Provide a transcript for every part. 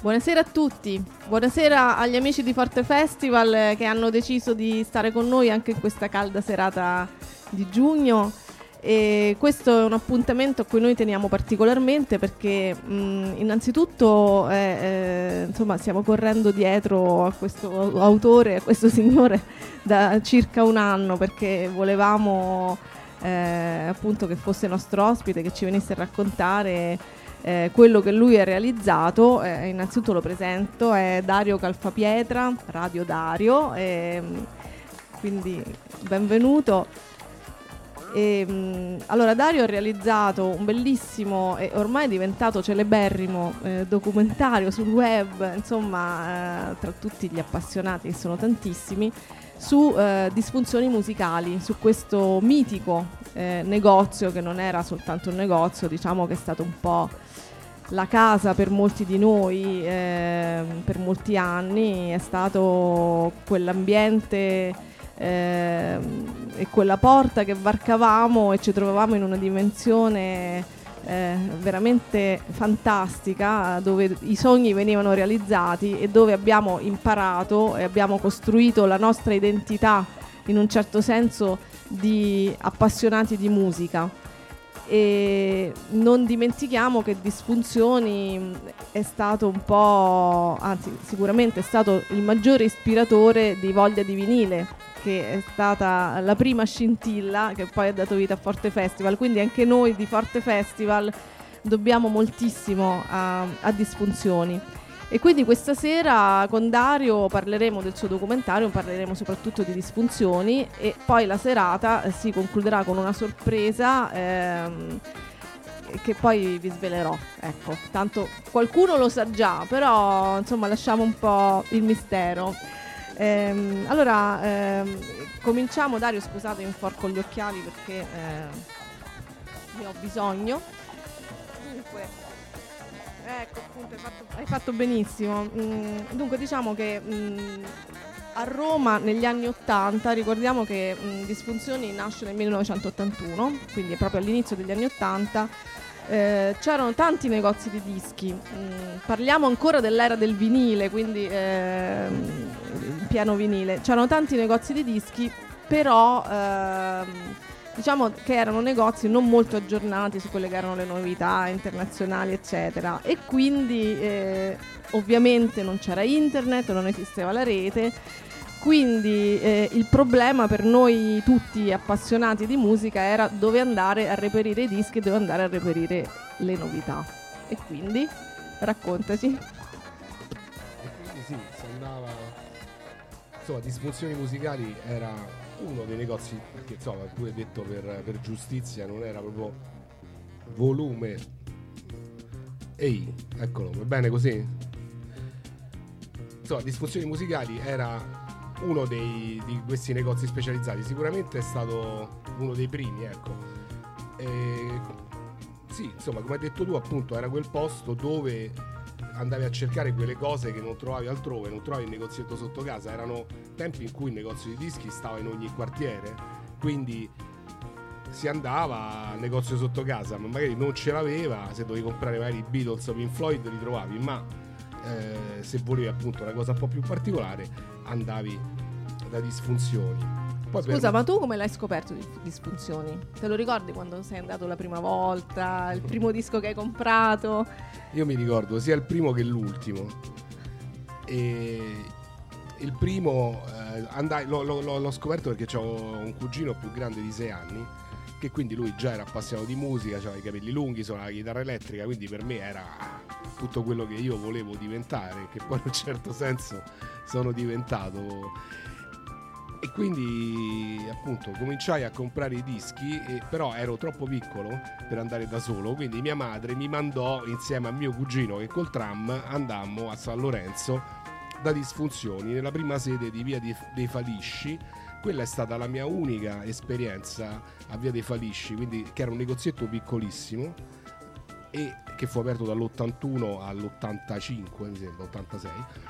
Buonasera a tutti, buonasera agli amici di Forte Festival che hanno deciso di stare con noi anche in questa calda serata di giugno. E questo è un appuntamento a cui noi teniamo particolarmente perché innanzitutto insomma, stiamo correndo dietro a questo autore, a questo signore da circa un anno, perché volevamo appunto che fosse nostro ospite, che ci venisse a raccontare quello che lui ha realizzato. Innanzitutto lo presento, è Dario Calfapietra, Radio Dario, quindi benvenuto. Allora, Dario ha realizzato un bellissimo e ormai diventato celeberrimo documentario sul web, insomma, tra tutti gli appassionati, che sono tantissimi, su disfunzioni musicali, su questo mitico negozio, che non era soltanto un negozio, diciamo che è stato un po' la casa per molti di noi, per molti anni, è stato quell'ambiente e quella porta che varcavamo e ci trovavamo in una dimensione veramente fantastica, dove i sogni venivano realizzati e dove abbiamo imparato e abbiamo costruito la nostra identità, in un certo senso, di appassionati di musica. E non dimentichiamo che Disfunzioni è stato un po', anzi sicuramente è stato il maggiore ispiratore di Voglia di Vinile, che è stata la prima scintilla che poi ha dato vita a Forte Festival. Quindi anche noi di Forte Festival dobbiamo moltissimo a Disfunzioni. E quindi questa sera con Dario parleremo del suo documentario, parleremo soprattutto di Disfunzioni, e poi la serata si concluderà con una sorpresa che poi vi svelerò. Ecco, tanto qualcuno lo sa già, però insomma lasciamo un po' il mistero. Allora, cominciamo. Dario, scusate, mi inforco gli occhiali perché ne ho bisogno. Dunque, ecco, appunto, hai fatto benissimo. Dunque, diciamo che a Roma negli anni 80, ricordiamo che Disfunzioni nasce nel 1981, quindi è proprio all'inizio degli anni 80. C'erano tanti negozi di dischi, parliamo ancora dell'era del vinile, quindi pieno vinile. C'erano tanti negozi di dischi, però diciamo che erano negozi non molto aggiornati su quelle che erano le novità internazionali, eccetera, e quindi ovviamente non c'era internet, non esisteva la rete. Quindi il problema per noi tutti appassionati di musica era dove andare a reperire i dischi, dove andare a reperire le novità. E quindi raccontaci. E quindi sì, si andava, insomma, Disfunzioni Musicali era uno dei negozi che, insomma, pure detto per giustizia, non era proprio volume. Ehi, eccolo, va bene così? Insomma, Disfunzioni Musicali era uno di questi negozi specializzati, sicuramente è stato uno dei primi, ecco. Sì, insomma, come hai detto tu, appunto, era quel posto dove andavi a cercare quelle cose che non trovavi altrove, non trovavi il negozietto sotto casa. Erano tempi in cui il negozio di dischi stava in ogni quartiere, quindi si andava al negozio sotto casa, ma magari non ce l'aveva. Se dovevi comprare magari i Beatles o Pink Floyd li trovavi, ma se volevi appunto una cosa un po' più particolare andavi da Disfunzioni. Poi Scusa, ma tu come l'hai scoperto di Disfunzioni? Te lo ricordi quando sei andato la prima volta, il primo disco che hai comprato? Io mi ricordo sia il primo che l'ultimo. E il primo l'ho scoperto perché ho un cugino più grande di 6 anni, che quindi lui già era appassionato di musica, aveva i capelli lunghi, suonava la chitarra elettrica, quindi per me era tutto quello che io volevo diventare, che poi in un certo senso sono diventato. E quindi appunto cominciai a comprare i dischi, però ero troppo piccolo per andare da solo, quindi mia madre mi mandò insieme a mio cugino, che col tram andammo a San Lorenzo da Disfunzioni, nella prima sede di Via dei Falisci. Quella è stata la mia unica esperienza a Via dei Falisci, quindi, che era un negozietto piccolissimo e che fu aperto dall'81 all'85, mi sembra, 86.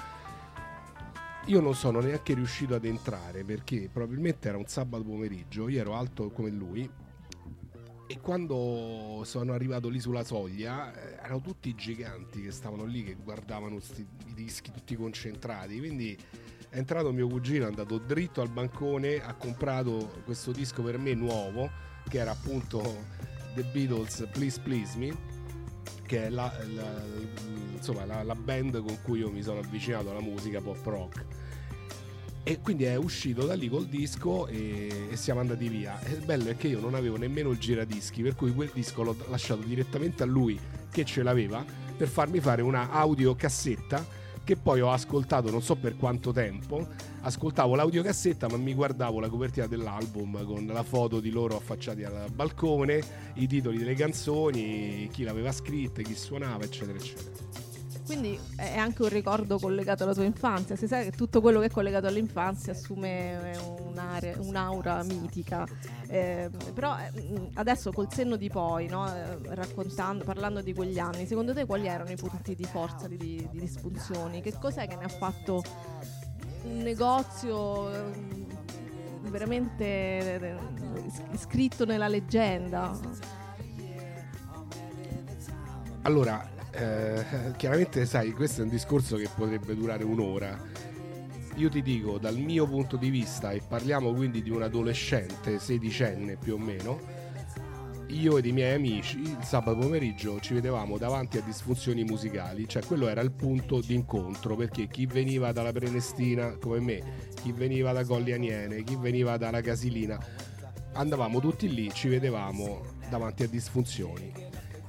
Io non sono neanche riuscito ad entrare perché probabilmente era un sabato pomeriggio, io ero alto come lui E quando sono arrivato lì sulla soglia, erano tutti giganti che stavano lì, che guardavano i dischi tutti concentrati. Quindi è entrato mio cugino, è andato dritto al bancone, ha comprato questo disco per me nuovo, che era appunto The Beatles Please Please Me, che è la band con cui io mi sono avvicinato alla musica pop rock. E quindi è uscito da lì col disco e siamo andati via. E il bello è che io non avevo nemmeno il giradischi, per cui quel disco l'ho lasciato direttamente a lui che ce l'aveva, per farmi fare una audiocassetta che poi ho ascoltato non so per quanto tempo. Ascoltavo l'audiocassetta ma mi guardavo la copertina dell'album con la foto di loro affacciati al balcone, i titoli delle canzoni, chi l'aveva scritta, chi suonava, eccetera eccetera. Quindi è anche un ricordo collegato alla tua infanzia. Si sa che tutto quello che è collegato all'infanzia assume un'aura mitica. Però adesso col senno di poi, no, parlando di quegli anni, secondo te quali erano i punti di forza di Disfunzioni? Che cos'è che ne ha fatto un negozio veramente scritto nella leggenda? Allora, chiaramente sai, questo è un discorso che potrebbe durare un'ora. Io ti dico, dal mio punto di vista, e parliamo quindi di un adolescente sedicenne più o meno, io ed i miei amici il sabato pomeriggio ci vedevamo davanti a Disfunzioni musicali, cioè quello era il punto d'incontro, perché chi veniva dalla Prenestina come me, chi veniva da Colli Aniene, chi veniva dalla Casilina, andavamo tutti lì, ci vedevamo davanti a Disfunzioni.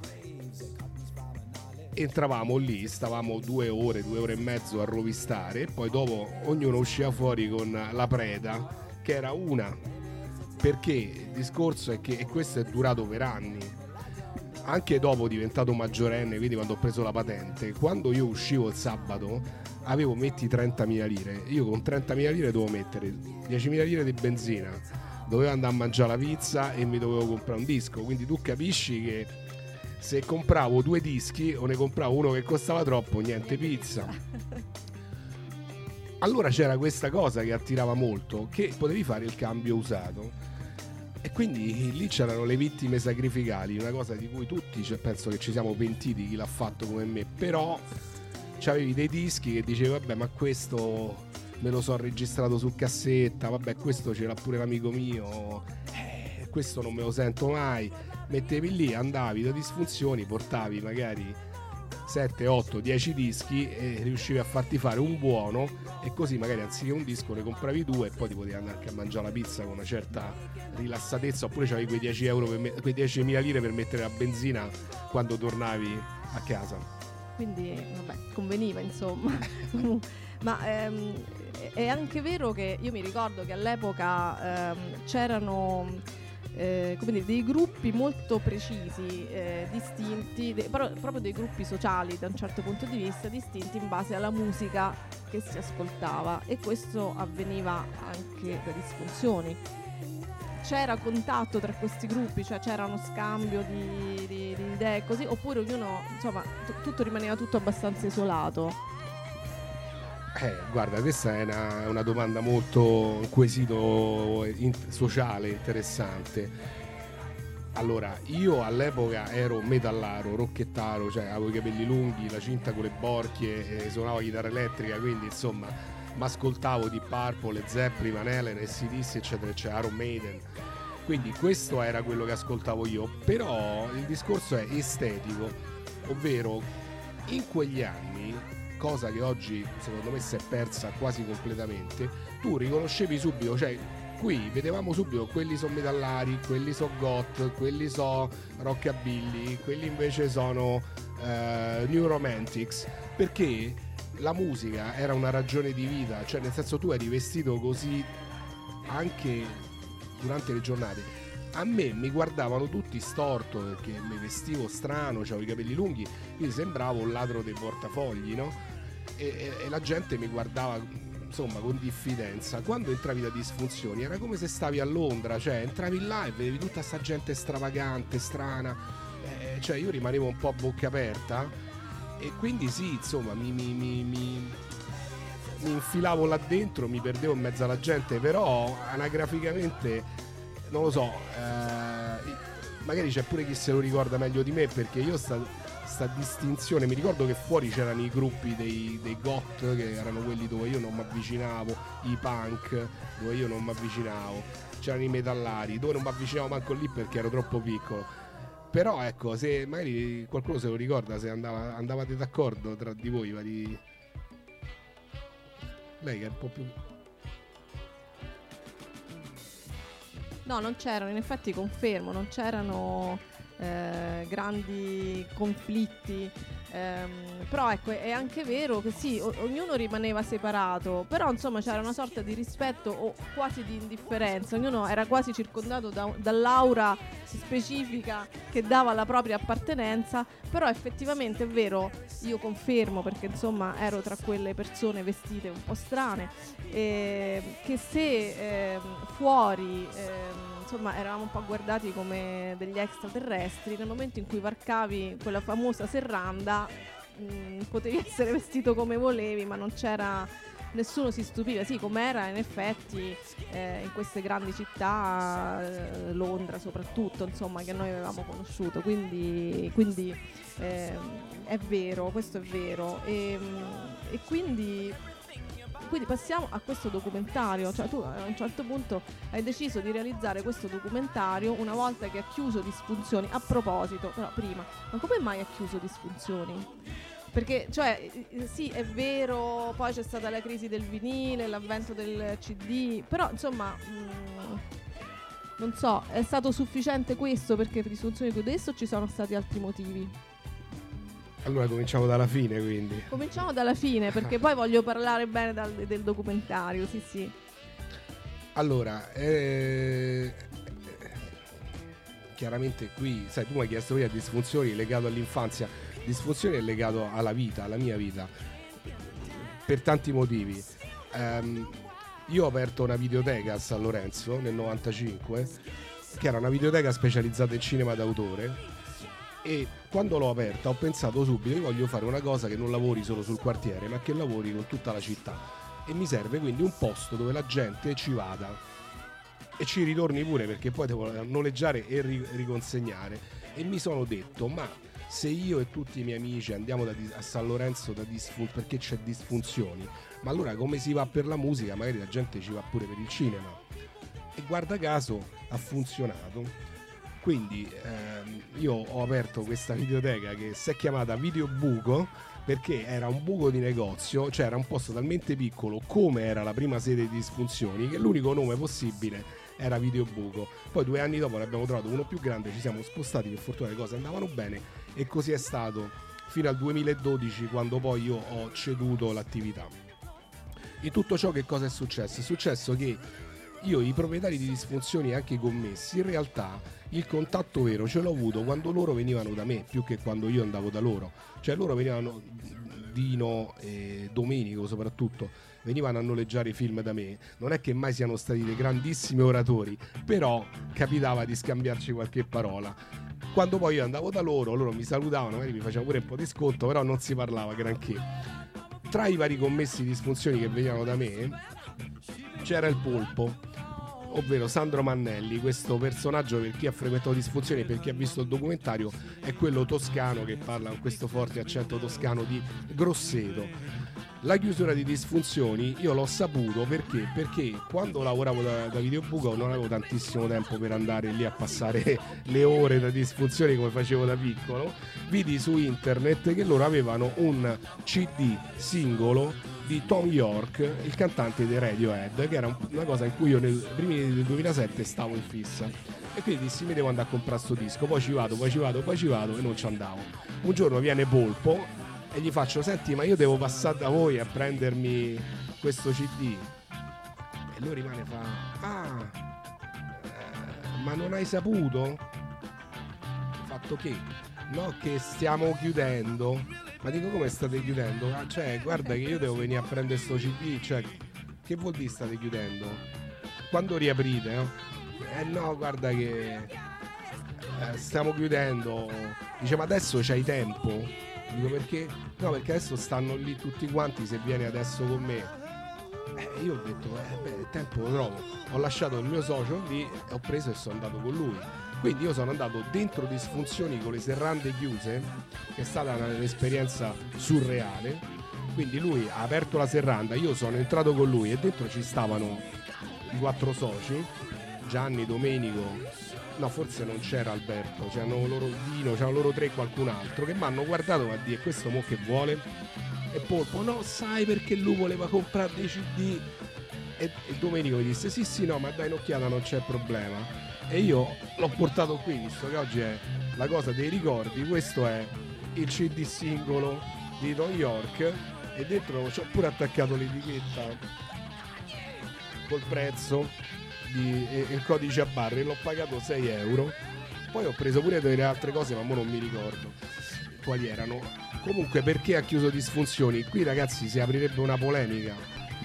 Entravamo lì, stavamo 2 ore e mezzo a rovistare, e poi dopo ognuno usciva fuori con la preda, che era una, perché il discorso è che, e questo è durato per anni, anche dopo diventato maggiorenne, quindi quando ho preso la patente, quando io uscivo il sabato avevo metti 30.000 lire, io con 30.000 lire dovevo mettere 10.000 lire di benzina, dovevo andare a mangiare la pizza e mi dovevo comprare un disco, quindi tu capisci che se compravo 2 dischi o ne compravo uno che costava troppo, niente pizza. Allora c'era questa cosa che attirava molto, che potevi fare il cambio usato, e quindi lì c'erano le vittime sacrificali, una cosa di cui tutti, penso che ci siamo pentiti, chi l'ha fatto come me, però c'avevi dei dischi che dicevi vabbè, ma questo me lo so registrato su cassetta, vabbè, questo ce l'ha pure l'amico mio, questo non me lo sento mai. Mettevi lì, andavi da Disfunzioni, portavi magari 7, 8, 10 dischi e riuscivi a farti fare un buono, e così magari anziché un disco ne compravi 2 e poi ti potevi andare anche a mangiare la pizza con una certa rilassatezza, oppure c'avevi quei 10 euro quei 10.000 lire per mettere la benzina quando tornavi a casa. Quindi vabbè, conveniva insomma. Ma è anche vero che io mi ricordo che all'epoca c'erano come dire, dei gruppi molto precisi, distinti, proprio dei gruppi sociali da un certo punto di vista, distinti in base alla musica che si ascoltava, e questo avveniva anche da Disfunzioni. C'era contatto tra questi gruppi, cioè c'era uno scambio di idee così, oppure ognuno, insomma, tutto rimaneva tutto abbastanza isolato? Guarda, questa è una domanda molto, un quesito sociale interessante. Allora, io all'epoca ero metallaro, rocchettaro, cioè avevo i capelli lunghi, la cinta con le borchie, suonavo chitarra elettrica, quindi insomma mi ascoltavo di Purple, Led Zeppelin, Van Halen, AC/DC, eccetera eccetera, Iron Maiden. Quindi questo era quello che ascoltavo io, però il discorso è estetico, ovvero in quegli anni, cosa che oggi secondo me si è persa quasi completamente, tu riconoscevi subito, cioè qui vedevamo subito quelli sono metallari, quelli sono goth, quelli sono rockabilly, quelli invece sono new romantics, perché la musica era una ragione di vita, cioè nel senso tu eri vestito così anche durante le giornate. A me mi guardavano tutti storto perché mi vestivo strano, avevo i capelli lunghi, quindi sembravo un ladro dei portafogli, no? E la gente mi guardava insomma con diffidenza. Quando entravi da Disfunzioni era come se stavi a Londra, cioè entravi là e vedevi tutta sta gente stravagante, strana, cioè io rimanevo un po' a bocca aperta, e quindi sì, insomma mi infilavo là dentro, mi perdevo in mezzo alla gente, però anagraficamente non lo so, magari c'è pure chi se lo ricorda meglio di me, perché io sta distinzione, mi ricordo che fuori c'erano i gruppi dei goth, che erano quelli dove io non mi avvicinavo, i punk dove io non mi avvicinavo, c'erano i metallari dove non mi avvicinavo manco lì perché ero troppo piccolo. Però ecco, se magari qualcuno se lo ricorda, se andavate d'accordo tra di voi vari... Lei che è un po' più... No, non c'erano, in effetti confermo, non c'erano grandi conflitti, però ecco, è anche vero che sì, ognuno rimaneva separato, però insomma c'era una sorta di rispetto o quasi di indifferenza, ognuno era quasi circondato dall'aura specifica che dava la propria appartenenza. Però effettivamente è vero, io confermo, perché insomma ero tra quelle persone vestite un po' strane, che se fuori insomma eravamo un po' guardati come degli extraterrestri, nel momento in cui varcavi quella famosa serranda potevi essere vestito come volevi, ma non c'era, nessuno si stupiva. Sì, com'era in effetti in queste grandi città, Londra soprattutto, insomma, che noi avevamo conosciuto, quindi è vero, questo è vero. E quindi passiamo a questo documentario, cioè tu a un certo punto hai deciso di realizzare questo documentario una volta che ha chiuso Disfunzioni. A proposito, però prima, ma come mai ha chiuso Disfunzioni? Perché, cioè, sì, è vero, poi c'è stata la crisi del vinile, l'avvento del CD, però insomma, non so, è stato sufficiente questo perché Disfunzioni chiudesse o ci sono stati altri motivi? Allora cominciamo dalla fine, quindi. Cominciamo dalla fine, perché poi voglio parlare bene del documentario, sì sì. Allora, chiaramente qui, sai, tu mi hai chiesto prima Disfunzioni legato all'infanzia. Disfunzioni è legato alla vita, alla mia vita, per tanti motivi. Io ho aperto una videoteca a San Lorenzo nel 95, che era una videoteca specializzata in cinema d'autore, e quando l'ho aperta ho pensato subito: io voglio fare una cosa che non lavori solo sul quartiere, ma che lavori con tutta la città, e mi serve quindi un posto dove la gente ci vada e ci ritorni pure, perché poi devo noleggiare e riconsegnare. E mi sono detto: ma se io e tutti i miei amici andiamo a San Lorenzo perché c'è Disfunzioni, ma allora come si va per la musica? Magari la gente ci va pure per il cinema. E guarda caso ha funzionato. Quindi io ho aperto questa videoteca che si è chiamata Video Buco, perché era un buco di negozio, cioè era un posto talmente piccolo come era la prima sede di Disfunzioni, che l'unico nome possibile era Video Buco. Poi 2 anni dopo ne abbiamo trovato uno più grande, ci siamo spostati, per fortuna le cose andavano bene, e così è stato fino al 2012, quando poi io ho ceduto l'attività. In tutto ciò che cosa è successo? È successo che io, i proprietari di Disfunzioni e anche i commessi, in realtà il contatto vero ce l'ho avuto quando loro venivano da me, più che quando io andavo da loro. Cioè loro venivano, Dino e Domenico soprattutto, venivano a noleggiare i film da me. Non è che mai siano stati dei grandissimi oratori, però capitava di scambiarci qualche parola. Quando poi io andavo da loro, loro mi salutavano, magari mi facevano pure un po' di sconto, però non si parlava granché. Tra i vari commessi di Disfunzioni che venivano da me c'era il Polpo, ovvero Sandro Mannelli. Questo personaggio, per chi ha frequentato Disfunzioni e per chi ha visto il documentario, è quello toscano che parla con questo forte accento toscano di Grosseto. La chiusura di Disfunzioni io l'ho saputo perché quando lavoravo da Videobuco non avevo tantissimo tempo per andare lì a passare le ore da Disfunzioni come facevo da piccolo. Vidi su internet che loro avevano un CD singolo di Tom York, il cantante dei Radiohead, che era una cosa in cui io nei primi del 2007 stavo in fissa, e quindi dissi: mi devo andare a comprare sto disco, poi ci vado e non ci andavo. Un giorno viene Polpo e gli faccio: senti, ma io devo passare da voi a prendermi questo CD. E lui rimane, fa: ma non hai saputo? Fatto che? No, che stiamo chiudendo. Ma dico: come state chiudendo? Cioè, guarda che io devo venire a prendere sto CD. Cioè, che vuol dire state chiudendo? Quando riaprite? No? No, guarda che stiamo chiudendo. Dice: ma adesso c'hai tempo? Dico: perché? No, perché adesso stanno lì tutti quanti, se vieni adesso con me. Io ho detto: il tempo lo trovo. Ho lasciato il mio socio lì e ho preso e sono andato con lui. Quindi io sono andato dentro Disfunzioni con le serrande chiuse, che è stata un'esperienza surreale. Quindi lui ha aperto la serranda, io sono entrato con lui e dentro ci stavano i 4 soci, Gianni, Domenico, no forse non c'era Alberto, c'erano loro Dino, c'erano loro 3 e qualcun altro, che mi hanno guardato a dire: questo mo che vuole? E Polpo: no, sai perché lui voleva comprare dei CD. E Domenico mi disse: sì no, ma dai un'occhiata, non c'è problema. E io l'ho portato qui, visto che oggi è la cosa dei ricordi. Questo è il CD singolo di New York e dentro ci ho pure attaccato l'etichetta col prezzo e il codice a barre. L'ho pagato 6 euro. Poi ho preso pure delle altre cose, ma ora non mi ricordo quali erano. Comunque, perché ha chiuso Disfunzioni? Qui, ragazzi, si aprirebbe una polemica.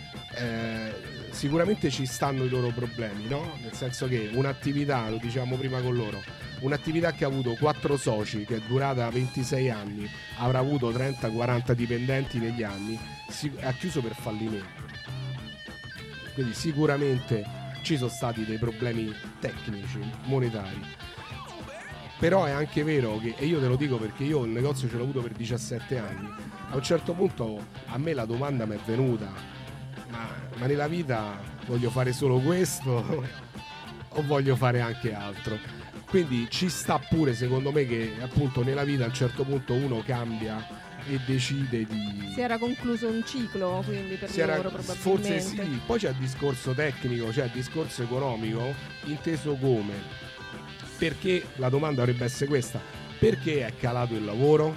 Sicuramente ci stanno i loro problemi, no? Nel senso che un'attività, lo diciamo prima con loro, un'attività che ha avuto 4 soci, che è durata 26 anni, avrà avuto 30-40 dipendenti negli anni, ha chiuso per fallimento. Quindi sicuramente ci sono stati dei problemi tecnici, monetari. Però è anche vero che, e io te lo dico perché io il negozio ce l'ho avuto per 17 anni, a un certo punto a me la domanda mi è venuta: ma nella vita voglio fare solo questo o voglio fare anche altro? Quindi ci sta pure, secondo me, che appunto nella vita a un certo punto uno cambia e decide di... Si era concluso un ciclo, quindi per loro probabilmente. Forse sì. Poi c'è il discorso tecnico, c'è il discorso economico, inteso come: perché la domanda dovrebbe essere questa: perché è calato il lavoro?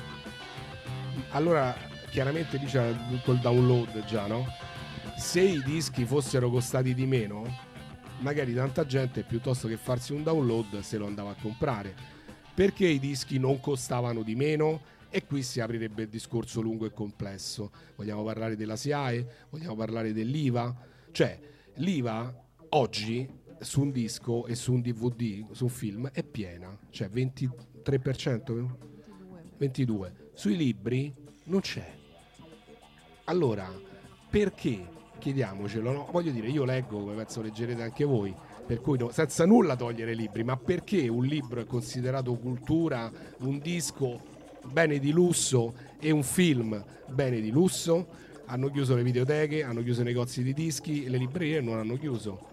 Allora chiaramente lì c'è tutto il download già, no? Se i dischi fossero costati di meno, magari tanta gente piuttosto che farsi un download se lo andava a comprare. Perché i dischi non costavano di meno? E qui si aprirebbe il discorso lungo e complesso. Vogliamo parlare della SIAE? Vogliamo parlare dell'IVA? Cioè, l'IVA oggi su un disco e su un DVD, su un film, è piena. Cioè 23%? 22%. Sui libri non c'è. Allora, perché? Chiediamocelo, no? Voglio dire, io leggo, come penso leggerete anche voi, per cui no, senza nulla togliere libri, ma perché un libro è considerato cultura, un disco bene di lusso e un film bene di lusso? Hanno chiuso le videoteche, hanno chiuso i negozi di dischi e le librerie non hanno chiuso.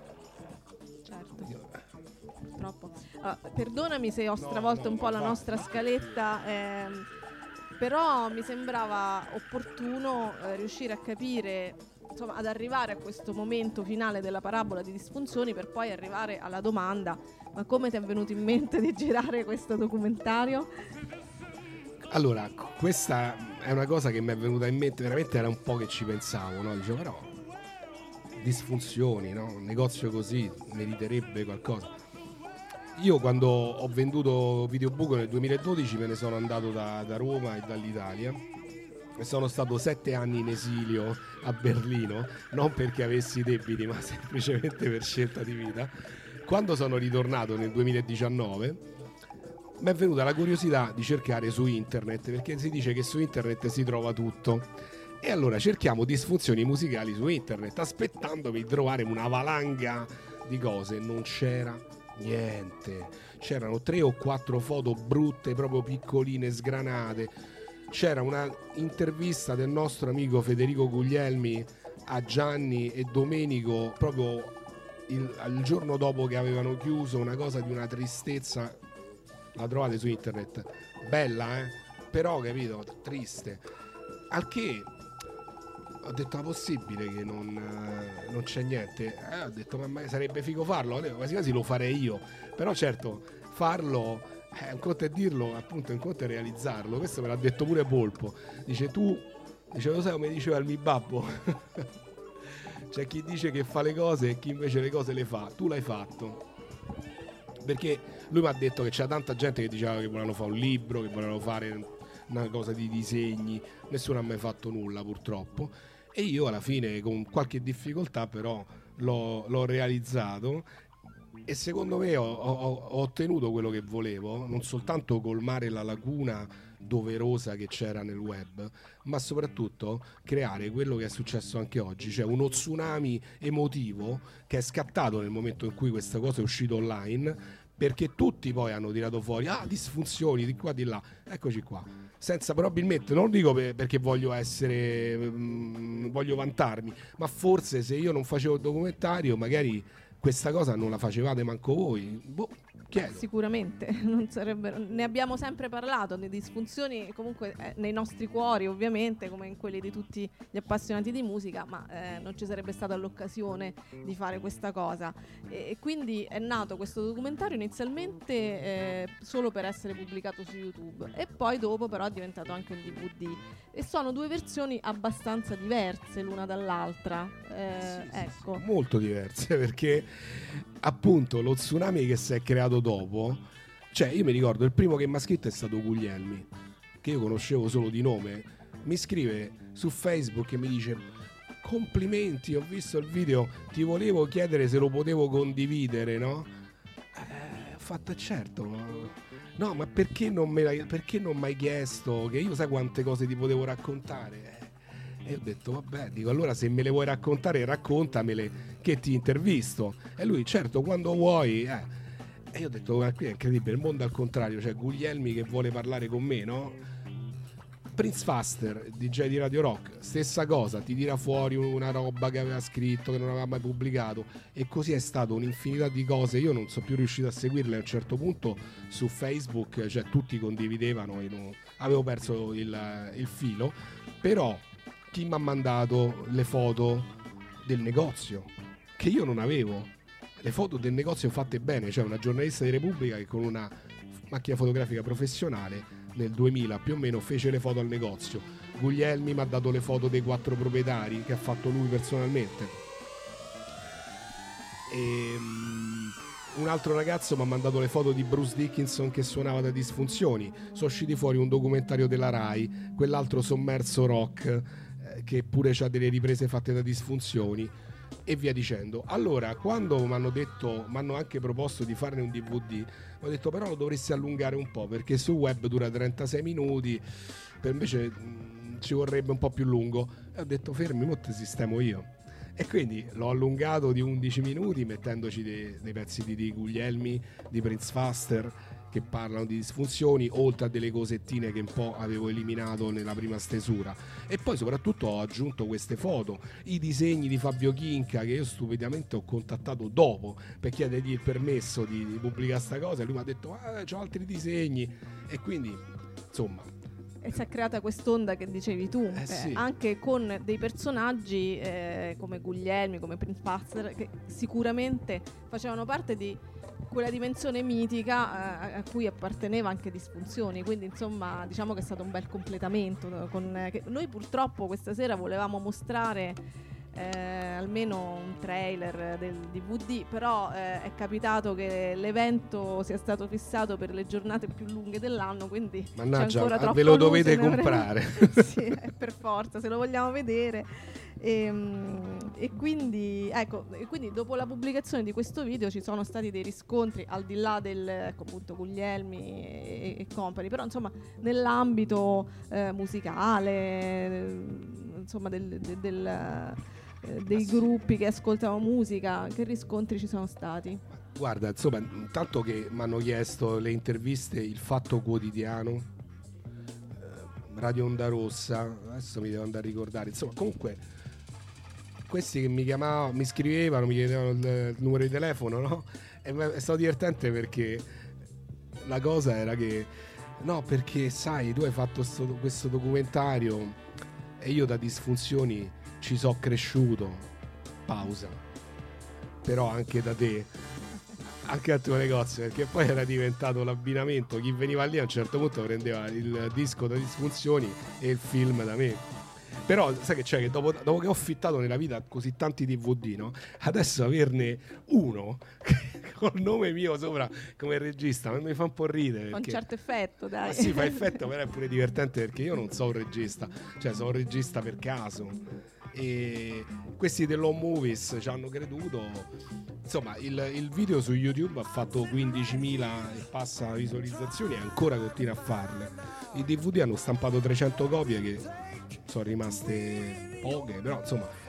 Certo. Troppo. Perdonami se ho stravolto un po' la nostra scaletta, però mi sembrava opportuno riuscire a capire, insomma, ad arrivare a questo momento finale della parabola di Disfunzioni, per poi arrivare alla domanda: ma come ti è venuto in mente di girare questo documentario? Allora, questa è una cosa che mi è venuta in mente, veramente era un po' che ci pensavo, no? Dicevo, però Disfunzioni, no? Un negozio così meriterebbe qualcosa. Io quando ho venduto Videobuco nel 2012 me ne sono andato da Roma e dall'Italia e sono stato 7 anni in esilio a Berlino, non perché avessi debiti ma semplicemente per scelta di vita. Quando sono ritornato nel 2019 mi è venuta la curiosità di cercare su internet, perché si dice che su internet si trova tutto. E allora cerchiamo disfunzioni musicali su internet, aspettandomi di trovare una valanga di cose. Non c'era niente. C'erano 3 o 4 foto brutte, proprio piccoline, sgranate. C'era una intervista del nostro amico Federico Guglielmi a Gianni e Domenico proprio il giorno dopo che avevano chiuso, una cosa di una tristezza. La trovate su internet, bella, però, capito, triste. Al che ho detto: ma possibile che non c'è niente? Ho detto: ma sarebbe figo farlo, quasi quasi lo farei io. Però certo, farlo un conto è dirlo, appunto, un conto è realizzarlo. Questo me l'ha detto pure Polpo. Dice: lo sai come diceva il mio babbo? C'è chi dice che fa le cose e chi invece le cose le fa. Tu l'hai fatto. Perché lui mi ha detto che c'è tanta gente che diceva che volevano fare un libro, che volevano fare una cosa di disegni. Nessuno ha mai fatto nulla, purtroppo. E io alla fine, con qualche difficoltà, però l'ho realizzato. E secondo me ho ottenuto quello che volevo, non soltanto colmare la laguna doverosa che c'era nel web, ma soprattutto creare quello che è successo anche oggi, cioè uno tsunami emotivo che è scattato nel momento in cui questa cosa è uscita online, perché tutti poi hanno tirato fuori disfunzioni di qua di là, eccoci qua, senza probabilmente, non dico perché voglio voglio vantarmi, ma forse se io non facevo il documentario magari questa cosa non la facevate manco voi. Sicuramente non sarebbero, ne abbiamo sempre parlato, le disfunzioni comunque nei nostri cuori ovviamente, come in quelli di tutti gli appassionati di musica, ma non ci sarebbe stata l'occasione di fare questa cosa, e quindi è nato questo documentario inizialmente solo per essere pubblicato su YouTube, e poi dopo però è diventato anche un DVD, e sono due versioni abbastanza diverse l'una dall'altra, ecco. Sì, molto diverse, perché appunto lo tsunami che si è creato dopo, cioè io mi ricordo il primo che mi ha scritto è stato Guglielmi, che io conoscevo solo di nome, mi scrive su Facebook e mi dice: complimenti, ho visto il video, ti volevo chiedere se lo potevo condividere, no? Ho fatto certo, no, ma perché non mi hai chiesto, che io sai quante cose ti potevo raccontare? E ho detto vabbè, dico allora se me le vuoi raccontare raccontamele che ti intervisto. E lui certo, quando vuoi. E io ho detto guarda, qui è incredibile, il mondo al contrario, cioè Guglielmi che vuole parlare con me, no? Prince Faster, DJ di Radio Rock, stessa cosa, ti tira fuori una roba che aveva scritto, che non aveva mai pubblicato, e così è stato un'infinità di cose. Io non sono più riuscito a seguirle a un certo punto su Facebook, cioè tutti condividevano, avevo perso il filo, però chi mi ha mandato le foto del negozio che io non avevo, le foto del negozio fatte bene, cioè una giornalista di Repubblica che con una macchina fotografica professionale nel 2000 più o meno fece le foto al negozio. Guglielmi mi ha dato le foto dei 4 proprietari che ha fatto lui personalmente, e un altro ragazzo mi ha mandato le foto di Bruce Dickinson che suonava da Disfunzioni. Sono usciti fuori un documentario della Rai, quell'altro Sommerso Rock, che pure ha delle riprese fatte da Disfunzioni, e via dicendo. Allora, quando mi hanno anche proposto di farne un DVD, ho detto però lo dovresti allungare un po', perché sul web dura 36 minuti, per invece ci vorrebbe un po' più lungo. E ho detto fermi, mo te sistemo io. E quindi l'ho allungato di 11 minuti mettendoci dei pezzi di Guglielmi, di Prince Faster, che parlano di disfunzioni, oltre a delle cosettine che un po' avevo eliminato nella prima stesura. E poi soprattutto ho aggiunto queste foto, i disegni di Fabio Chinca, che io stupidamente ho contattato dopo per chiedergli il permesso di pubblicare sta cosa, e lui mi ha detto c'ho altri disegni, e quindi insomma. E si è creata quest'onda che dicevi tu, sì. Anche con dei personaggi come Guglielmi, come Prince Faster, che sicuramente facevano parte di quella dimensione mitica a cui apparteneva anche Disfunzioni, quindi insomma diciamo che è stato un bel completamento, che noi purtroppo questa sera volevamo mostrare almeno un trailer del DVD, però è capitato che l'evento sia stato fissato per le giornate più lunghe dell'anno, quindi mannaggia, c'è ancora troppa ve lo luce, dovete comprare. sì, per forza, se lo vogliamo vedere. E quindi ecco, quindi dopo la pubblicazione di questo video ci sono stati dei riscontri al di là del appunto Guglielmi e compagni, però insomma nell'ambito musicale, insomma dei gruppi che ascoltano musica, che riscontri ci sono stati? Guarda, insomma, tanto che mi hanno chiesto le interviste, Il Fatto Quotidiano, Radio Onda Rossa, adesso mi devo andare a ricordare, insomma, comunque questi che mi chiamavano, mi scrivevano, mi chiedevano il numero di telefono, no? E è stato divertente perché la cosa era che no, perché sai, tu hai fatto questo documentario e io da Disfunzioni ci so cresciuto, pausa, però anche da te, anche al tuo negozio, perché poi era diventato l'abbinamento, chi veniva lì a un certo punto prendeva il disco da Disfunzioni e il film da me. Però sai che c'è, che dopo che ho affittato nella vita così tanti DVD, no? Adesso averne uno col nome mio sopra come regista mi fa un po' ridere, Con certo effetto, dai. Ma sì, fa effetto, però è pure divertente perché io non sono un regista, cioè sono un regista per caso. E questi dell'Home Movies ci hanno creduto. Insomma, il video su YouTube ha fatto 15.000 e passa visualizzazioni e ancora continua a farle. I DVD hanno stampato 300 copie che sono rimaste poche, però insomma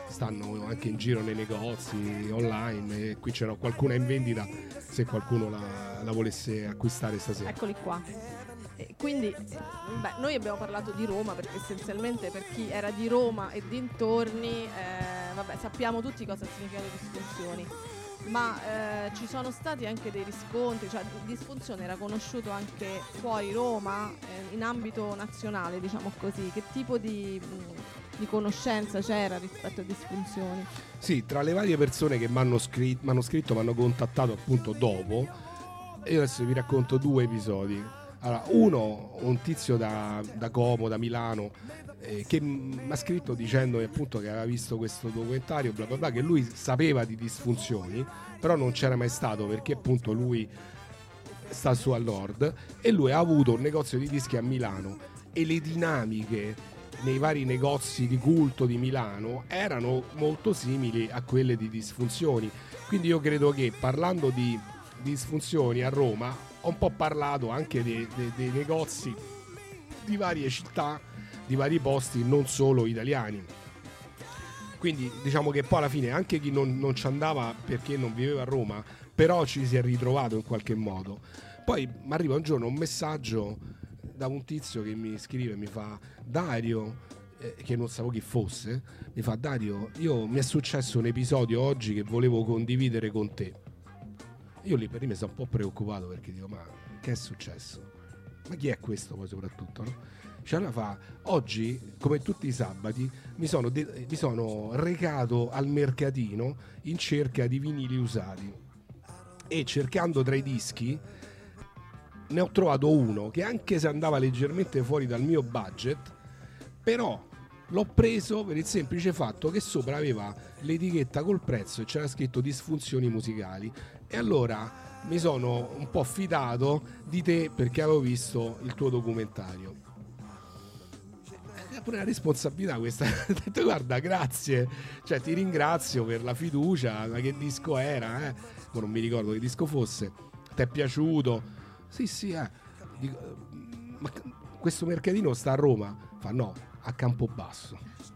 stanno anche in giro nei negozi online, e qui c'era qualcuna in vendita se qualcuno la volesse acquistare stasera. Eccoli qua. Quindi noi abbiamo parlato di Roma perché essenzialmente per chi era di Roma e dintorni sappiamo tutti cosa significano le disfunzioni, ma ci sono stati anche dei riscontri, cioè disfunzione era conosciuto anche fuori Roma, in ambito nazionale, diciamo così. Che tipo di conoscenza c'era rispetto a disfunzioni? Sì, tra le varie persone che mi hanno scritto, mi hanno contattato appunto dopo, io adesso vi racconto 2 episodi. Allora, uno, un tizio da Como, da Milano, che mi ha scritto dicendo appunto che aveva visto questo documentario, bla bla bla, che lui sapeva di disfunzioni, però non c'era mai stato perché appunto lui sta su al nord, e lui ha avuto un negozio di dischi a Milano, e le dinamiche nei vari negozi di culto di Milano erano molto simili a quelle di disfunzioni. Quindi io credo che, parlando di disfunzioni a Roma, ho un po' parlato anche dei negozi di varie città, di vari posti, non solo italiani. Quindi diciamo che poi alla fine anche chi non ci andava perché non viveva a Roma, però ci si è ritrovato in qualche modo. Poi mi arriva un giorno un messaggio da un tizio che mi scrive, mi fa: Dario, che non sapevo chi fosse, mi fa: Dario, mi è successo un episodio oggi che volevo condividere con te. Io lì per lì mi sono un po' preoccupato perché dico: ma che è successo? Ma chi è questo poi soprattutto, no? Cioè, allora fa: oggi, come tutti i sabati, mi sono recato al mercatino in cerca di vinili usati, e cercando tra i dischi ne ho trovato uno che, anche se andava leggermente fuori dal mio budget, però l'ho preso per il semplice fatto che sopra aveva l'etichetta col prezzo e c'era scritto disfunzioni musicali. E allora mi sono un po' fidato di te perché avevo visto il tuo documentario. È pure una responsabilità questa. Ho detto: guarda, grazie, cioè ti ringrazio per la fiducia, ma che disco era? Non mi ricordo che disco fosse. Ti è piaciuto? Sì, Dico, ma questo mercatino sta a Roma? Fa: no, a Campobasso.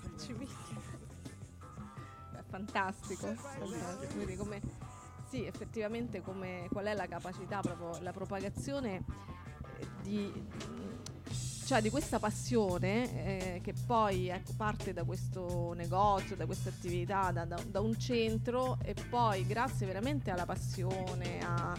È fantastico. Quindi sì, effettivamente qual è la capacità, proprio la propagazione di questa passione che poi parte da questo negozio, da questa attività, da un centro, e poi grazie veramente alla passione,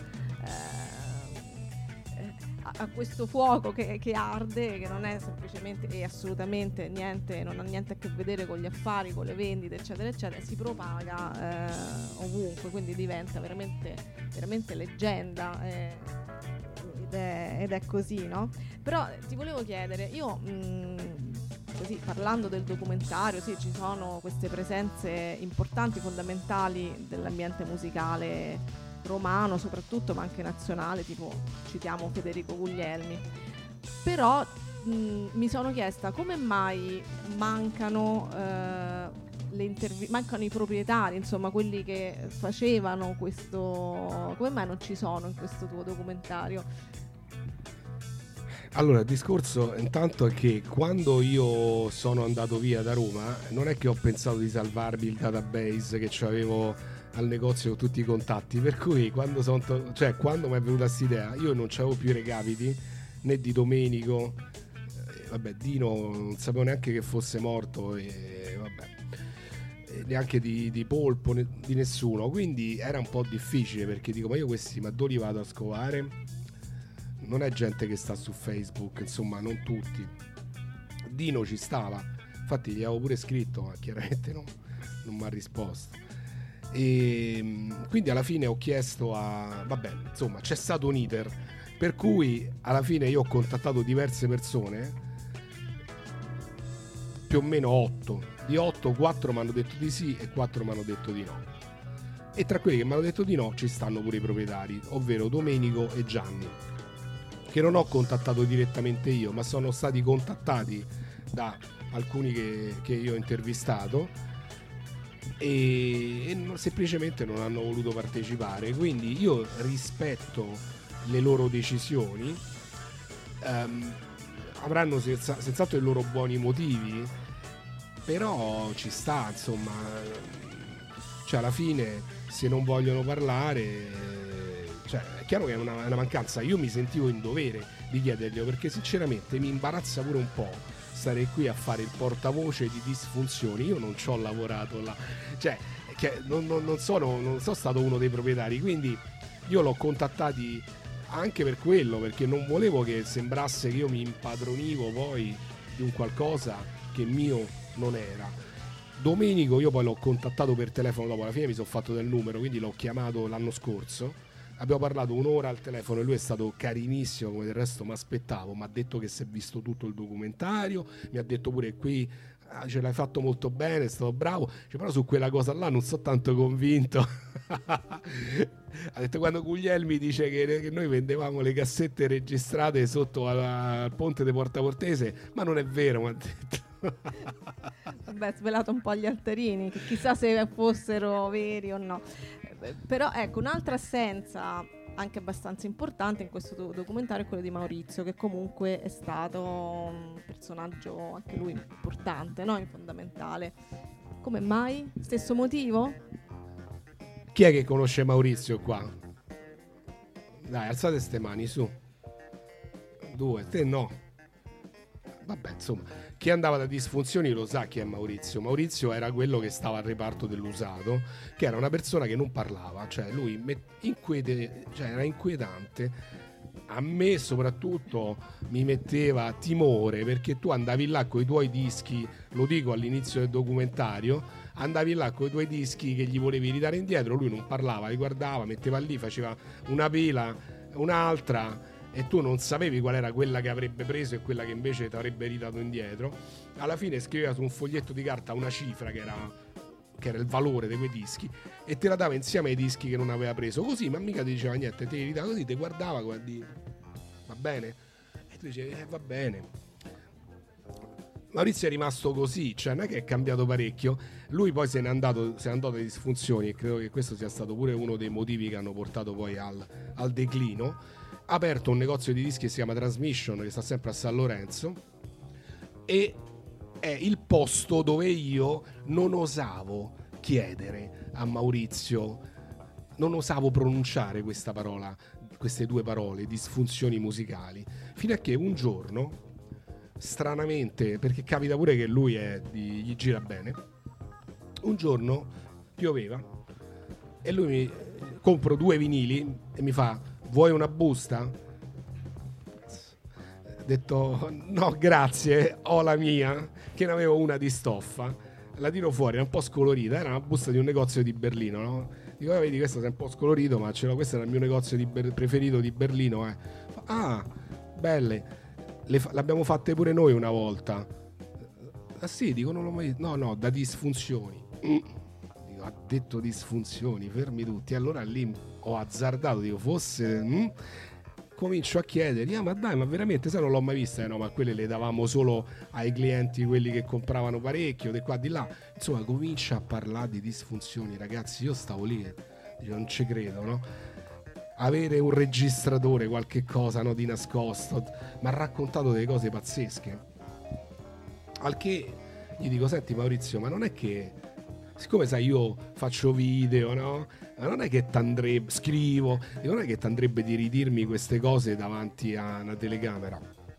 a questo fuoco che arde, che non è semplicemente e assolutamente niente, non ha niente a che vedere con gli affari, con le vendite, eccetera eccetera, si propaga ovunque, quindi diventa veramente, veramente leggenda, ed è così, no? Però ti volevo chiedere, io così parlando del documentario, sì, ci sono queste presenze importanti, fondamentali dell'ambiente musicale romano soprattutto, ma anche nazionale, tipo citiamo Federico Guglielmi. Però mi sono chiesta come mai mancano mancano i proprietari, insomma quelli che facevano questo, come mai non ci sono in questo tuo documentario? Allora, il discorso intanto è che quando io sono andato via da Roma non è che ho pensato di salvarmi il database che avevo al negozio con tutti i contatti, per cui quando mi è venuta questa idea, io non c'avevo più i recapiti né di Domenico, Dino non sapevo neanche che fosse morto, e neanche di Polpo, di nessuno, quindi era un po' difficile, perché dico: ma io questi, ma dove li vado a scovare? Non è gente che sta su Facebook, insomma, non tutti. Dino ci stava, infatti gli avevo pure scritto, ma chiaramente non mi ha risposto. E quindi alla fine ho chiesto insomma, c'è stato un iter per cui alla fine io ho contattato diverse persone, più o meno 8. Di 8, 4 mi hanno detto di sì e 4 mi hanno detto di no. E tra quelli che mi hanno detto di no ci stanno pure i proprietari, ovvero Domenico e Gianni, che non ho contattato direttamente io, ma sono stati contattati da alcuni che io ho intervistato, e semplicemente non hanno voluto partecipare. Quindi io rispetto le loro decisioni, avranno senz'altro i loro buoni motivi, però ci sta, insomma, cioè alla fine se non vogliono parlare, cioè è chiaro che è una mancanza. Io mi sentivo in dovere di chiederglielo, perché sinceramente mi imbarazza pure un po' stare qui a fare il portavoce di disfunzioni. Io non ci ho lavorato là, cioè che non sono stato uno dei proprietari, quindi io l'ho contattati anche per quello, perché non volevo che sembrasse che io mi impadronivo poi di un qualcosa che mio non era. Domenico io poi l'ho contattato per telefono dopo, alla fine mi sono fatto del numero, quindi l'ho chiamato l'anno scorso, abbiamo parlato un'ora al telefono e lui è stato carinissimo, come del resto mi aspettavo, mi ha detto che si è visto tutto il documentario, mi ha detto pure qui ce l'hai fatto molto bene, è stato bravo, cioè, però su quella cosa là non sono tanto convinto. Ha detto, quando Guglielmi dice che noi vendevamo le cassette registrate sotto al ponte di Porta Portese, ma non è vero, mi ha detto. Vabbè, svelato un po' gli altarini, che chissà se fossero veri o no. Però ecco, un'altra assenza anche abbastanza importante in questo documentario è quello di Maurizio, che comunque è stato un personaggio anche lui importante, no? Fondamentale. Come mai? Stesso motivo? Chi è che conosce Maurizio qua? Dai, alzate ste mani, su. 2, te no. Vabbè, insomma, chi andava da disfunzioni lo sa chi è Maurizio. Maurizio era quello che stava al reparto dell'usato, che era una persona che non parlava, cioè lui era inquietante. A me soprattutto mi metteva timore, perché tu andavi là con i tuoi dischi, lo dico all'inizio del documentario, andavi là con i tuoi dischi che gli volevi ridare indietro, lui non parlava, li guardava, metteva lì, faceva una pila, un'altra, e tu non sapevi qual era quella che avrebbe preso e quella che invece ti avrebbe ridato indietro. Alla fine scriveva su un foglietto di carta una cifra che era il valore di quei dischi e te la dava insieme ai dischi che non aveva preso, così, ma mica ti diceva niente, te li ridava così, ti guardava, guardi, va bene? E tu dicevi, va bene. Maurizio è rimasto così, cioè non è che è cambiato parecchio. Lui poi se n'è andato alle disfunzioni, e credo che questo sia stato pure uno dei motivi che hanno portato poi al declino. Ha aperto un negozio di dischi che si chiama Transmission, che sta sempre a San Lorenzo, e è il posto dove io non osavo chiedere a Maurizio, non osavo pronunciare questa parola, queste due parole, disfunzioni musicali, fino a che un giorno, stranamente, perché capita pure che lui gli gira bene, un giorno pioveva e lui mi compro 2 vinili e mi fa: vuoi una busta? Ho detto no grazie, ho la mia, che ne avevo una di stoffa, la tiro fuori, era un po' scolorita, era una busta di un negozio di Berlino, no? Dico, vedi, questo è un po' scolorito, ma questo era il mio negozio preferito di Berlino, eh. Ah, belle, l'abbiamo fatte pure noi una volta. Ah sì, dico, non l'ho mai... No, da disfunzioni. Dico, ha detto disfunzioni, fermi tutti. Allora lì ho azzardato, dico, forse... Comincio a chiedere, ma dai, ma veramente, sai, non l'ho mai vista? No, ma quelle le davamo solo ai clienti, quelli che compravano parecchio, di qua, di là. Insomma, comincia a parlare di disfunzioni, ragazzi. Io stavo lì e dico, non ci credo, no? Avere un registratore, qualche cosa, no, di nascosto, mi ha raccontato delle cose pazzesche. Al che gli dico, senti Maurizio, ma non è che, siccome sai io faccio video, no? Ma non è che t'andrebbe, scrivo, non è che t'andrebbe di ridirmi queste cose davanti a una telecamera?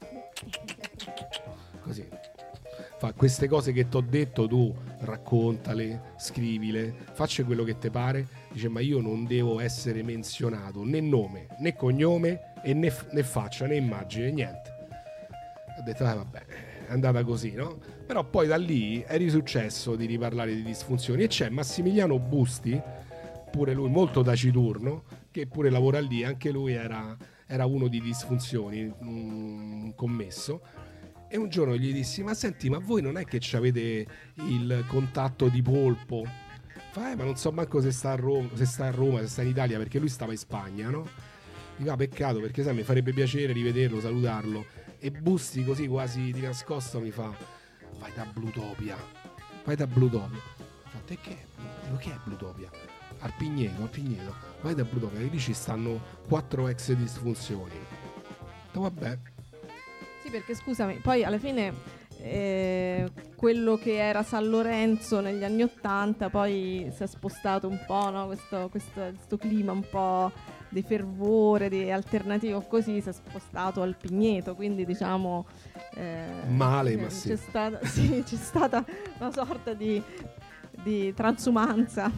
Così. Fa, queste cose che t'ho detto tu raccontale, scrivile, faccia quello che te pare. Dice, ma io non devo essere menzionato, né nome, né cognome, e né faccia, né immagine, niente. Ho detto, vabbè, è andata così, no? Però poi da lì è risuccesso di riparlare di disfunzioni, e c'è Massimiliano Busti, pure lui molto taciturno, che pure lavora lì, anche lui era uno di disfunzioni, un commesso. E un giorno gli dissi, ma senti, ma voi non è che avete il contatto di Polpo? Fa, ma non so manco se sta a Roma, se sta in Italia, perché lui stava in Spagna, no? Dico, peccato, perché sai, mi farebbe piacere rivederlo, salutarlo. E Busti così quasi di nascosto mi fa, vai da Blutopia. Vai da Blutopia. Fa, te che? Dico, che è Blutopia? Al Pigneto. Vai da Blutopia, e lì ci stanno 4 ex disfunzioni. Ho detto, vabbè. Sì, perché scusami, poi alla fine quello che era San Lorenzo negli anni '80 poi si è spostato un po', no? Questo clima un po' di fervore, di alternativo così, si è spostato al Pigneto, quindi diciamo male, ma c'è stata una sorta di transumanza.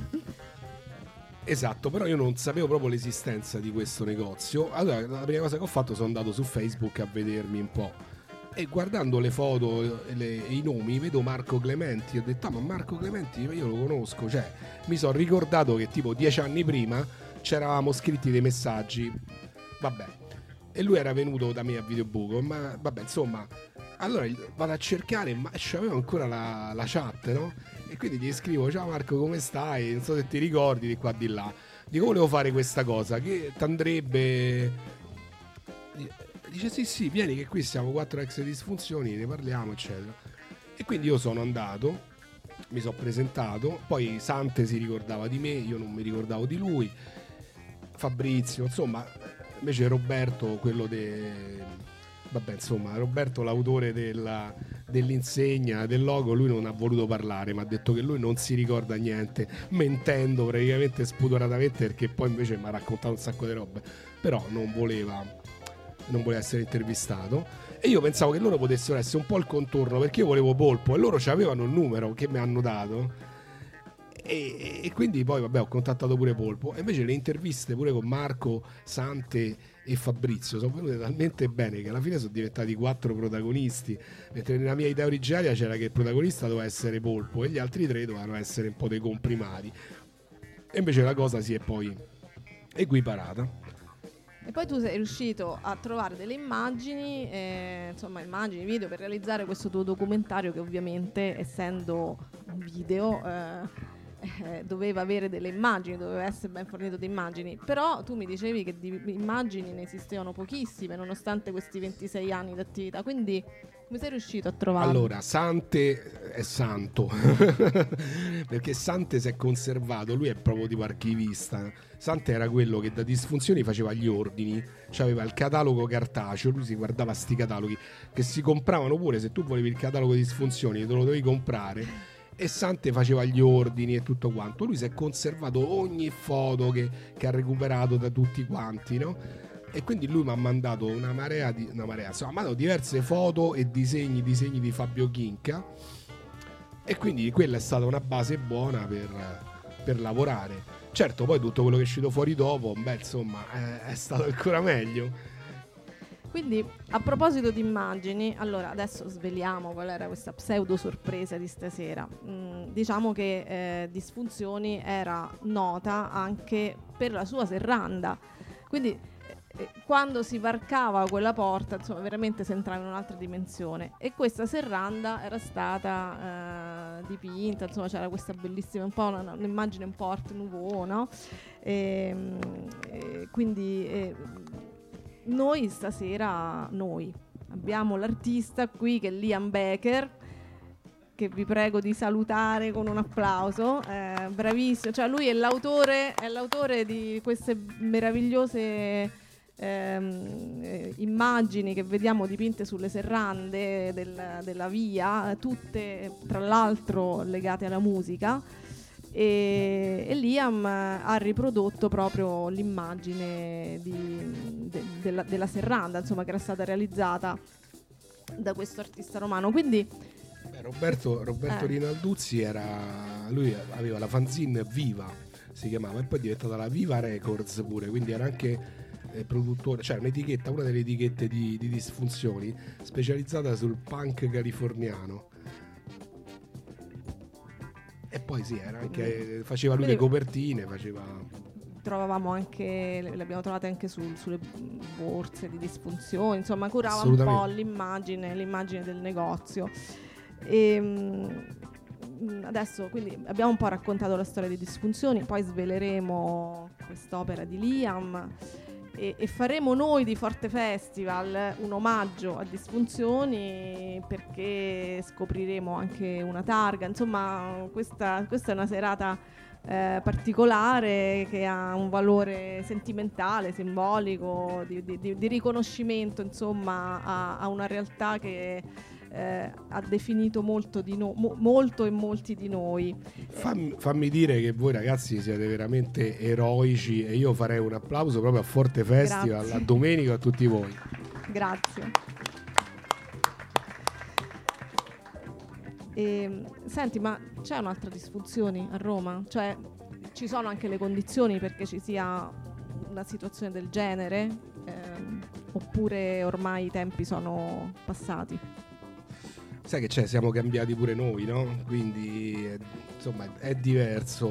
Esatto, però io non sapevo proprio l'esistenza di questo negozio. Allora la prima cosa che ho fatto, sono andato su Facebook a vedermi un po', e guardando le foto e i nomi vedo Marco Clementi. Ho detto ma Marco Clementi io lo conosco, cioè mi sono ricordato che tipo 10 anni prima c'eravamo scritti dei messaggi, vabbè, e lui era venuto da me a Videobuco, ma vabbè, insomma, allora vado a cercare, ma c'avevo ancora la chat, no? E quindi gli scrivo: ciao Marco, come stai? Non so se ti ricordi, di qua di là. Dico, volevo fare questa cosa, che t'andrebbe? Dice sì, vieni che qui siamo 4 ex disfunzioni, ne parliamo eccetera. E quindi io sono andato, mi sono presentato, poi Sante si ricordava di me, io non mi ricordavo di lui, Fabrizio, insomma, invece Roberto, vabbè, insomma, Roberto, l'autore dell'insegna, del logo, lui non ha voluto parlare, mi ha detto che lui non si ricorda niente, mentendo praticamente spudoratamente, perché poi invece mi ha raccontato un sacco di robe, però non voleva essere intervistato. E io pensavo che loro potessero essere un po' il contorno, perché io volevo Polpo e loro avevano il numero che mi hanno dato, e quindi poi vabbè, ho contattato pure Polpo. E invece le interviste pure con Marco, Sante e Fabrizio sono venute talmente bene che alla fine sono diventati 4 protagonisti, mentre nella mia idea originaria c'era che il protagonista doveva essere Polpo e gli altri 3 dovevano essere un po' dei comprimari, e invece la cosa si è poi equiparata. E poi tu sei riuscito a trovare delle immagini, insomma immagini, video, per realizzare questo tuo documentario, che ovviamente, essendo un video, doveva avere delle immagini, doveva essere ben fornito di immagini. Però tu mi dicevi che di immagini ne esistevano pochissime, nonostante questi 26 anni di attività. Quindi come sei riuscito a trovarlo? Allora, Sante è santo perché Sante si è conservato, lui è proprio tipo archivista. Sante era quello che da disfunzioni faceva gli ordini, c'aveva il catalogo cartaceo, lui si guardava sti cataloghi che si compravano pure, se tu volevi il catalogo di disfunzioni te lo dovevi comprare, e Sante faceva gli ordini e tutto quanto. Lui si è conservato ogni foto che ha recuperato da tutti quanti, no? E quindi lui mi ha mandato insomma, mi ha mandato diverse foto e disegni di Fabio Chinca, e quindi quella è stata una base buona per lavorare. Certo, poi tutto quello che è uscito fuori dopo, beh, insomma, è stato ancora meglio. Quindi, a proposito di immagini, allora adesso sveliamo qual era questa pseudo sorpresa di stasera. Diciamo che Disfunzioni era nota anche per la sua serranda, quindi quando si varcava quella porta, insomma, veramente si entrava in un'altra dimensione. E questa serranda era stata dipinta, insomma, c'era questa bellissima, un po' un'immagine un po' Art Nouveau, no? Quindi noi stasera abbiamo l'artista qui, che è Liam Becker, che vi prego di salutare con un applauso. Bravissimo, cioè lui è l'autore di queste meravigliose immagini che vediamo dipinte sulle serrande della via, tutte tra l'altro legate alla musica, e Liam ha riprodotto proprio l'immagine della serranda, insomma, che era stata realizzata da questo artista romano. Quindi Roberto Rinalduzzi lui aveva la fanzine Viva, si chiamava, e poi è diventata la Viva Records pure, quindi era anche produttore, cioè un'etichetta, una delle etichette di Disfunzioni specializzata sul punk californiano. E poi sì, era anche, faceva lui le copertine, trovavamo anche, le abbiamo trovate anche sulle borse di Disfunzioni, insomma curava un po' l'immagine del negozio. Adesso quindi abbiamo un po' raccontato la storia di Disfunzioni, poi sveleremo quest'opera di Liam e faremo noi di Forte Festival un omaggio a Disfunzioni, perché scopriremo anche una targa. Insomma, questa è una serata particolare, che ha un valore sentimentale, simbolico, di riconoscimento, insomma, a una realtà che ha definito molto molto e molti di noi. Fammi dire che voi ragazzi siete veramente eroici e io farei un applauso proprio a Forte Festival, Grazie. a Domenico, a tutti voi. Grazie. Senti, ma c'è un'altra disfunzione a Roma? Cioè, ci sono anche le condizioni perché ci sia una situazione del genere? Oppure ormai i tempi sono passati? Sai che c'è, siamo cambiati pure noi, no? Quindi insomma è diverso.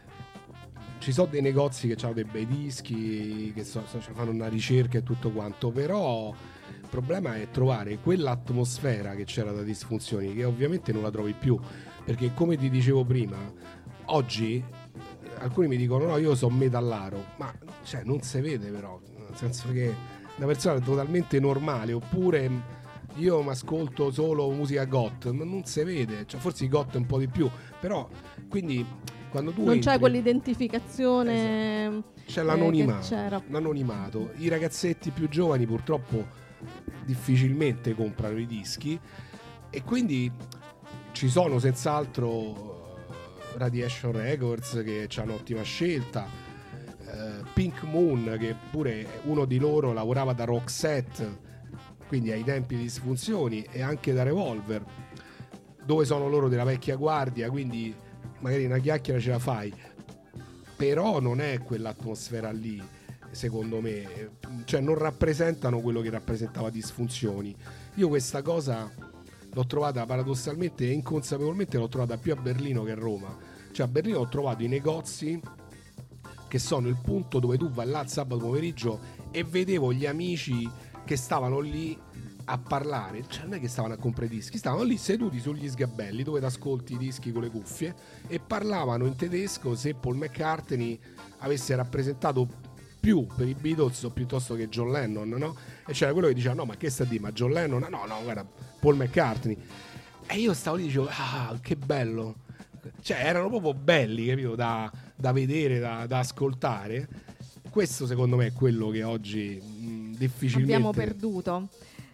Ci sono dei negozi che hanno dei bei dischi, che fanno una ricerca e tutto quanto, però il problema è trovare quell'atmosfera che c'era da Disfunzioni, che ovviamente non la trovi più, perché come ti dicevo prima, oggi alcuni mi dicono no, io sono metallaro, ma cioè non si vede però, nel senso che una persona totalmente normale, oppure io mi ascolto solo musica goth, ma non si vede, cioè forse i goth un po' di più, però quindi quando tu non c'è quell'identificazione, esatto, c'è l'anonimato, che c'era. l'anonimato. I ragazzetti più giovani purtroppo difficilmente comprano i dischi e quindi ci sono senz'altro Radiation Records che c'ha un'ottima scelta, Pink Moon che pure uno di loro lavorava da Roxette, quindi ai tempi di Disfunzioni, e anche da Revolver, dove sono loro della vecchia guardia, quindi magari una chiacchiera ce la fai, però non è quell'atmosfera lì, secondo me, cioè non rappresentano quello che rappresentava Disfunzioni. Io questa cosa l'ho trovata paradossalmente e inconsapevolmente l'ho trovata più a Berlino che a Roma. Cioè a Berlino ho trovato i negozi che sono il punto dove tu vai là il sabato pomeriggio e vedevo gli amici che stavano lì a parlare, cioè non è che stavano a comprare dischi, stavano lì seduti sugli sgabelli dove ti ascolti i dischi con le cuffie e parlavano in tedesco se Paul McCartney avesse rappresentato più per i Beatles o piuttosto che John Lennon, no? E c'era quello che diceva no, ma che sta di, ma John Lennon? No, guarda, Paul McCartney. E io stavo lì e dicevo che bello, cioè erano proprio belli, capito, da vedere, da ascoltare. Questo secondo me è quello che oggi difficilmente abbiamo perduto.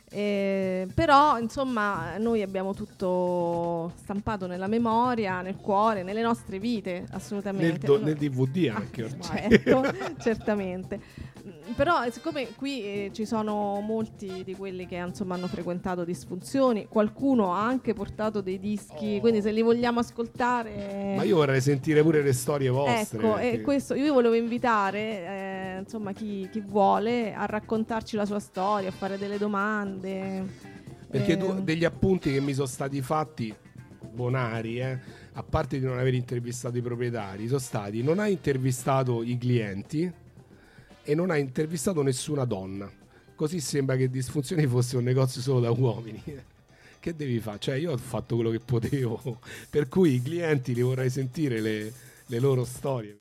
Però insomma noi abbiamo tutto stampato nella memoria, nel cuore, nelle nostre vite, assolutamente. Nel DVD anche ormai. Ecco, certamente. Però siccome qui ci sono molti di quelli che insomma hanno frequentato Disfunzioni, qualcuno ha anche portato dei dischi, quindi se li vogliamo ascoltare, ma io vorrei sentire pure le storie vostre, ecco, perché... e questo io volevo invitare insomma chi vuole a raccontarci la sua storia, a fare delle domande, perché degli appunti che mi sono stati fatti bonari, a parte di non aver intervistato i proprietari, sono stati: non hai intervistato i clienti e non hai intervistato nessuna donna, così sembra che Disfunzioni fosse un negozio solo da uomini. Che devi fare? Cioè io ho fatto quello che potevo, per cui i clienti li vorrei sentire le loro storie.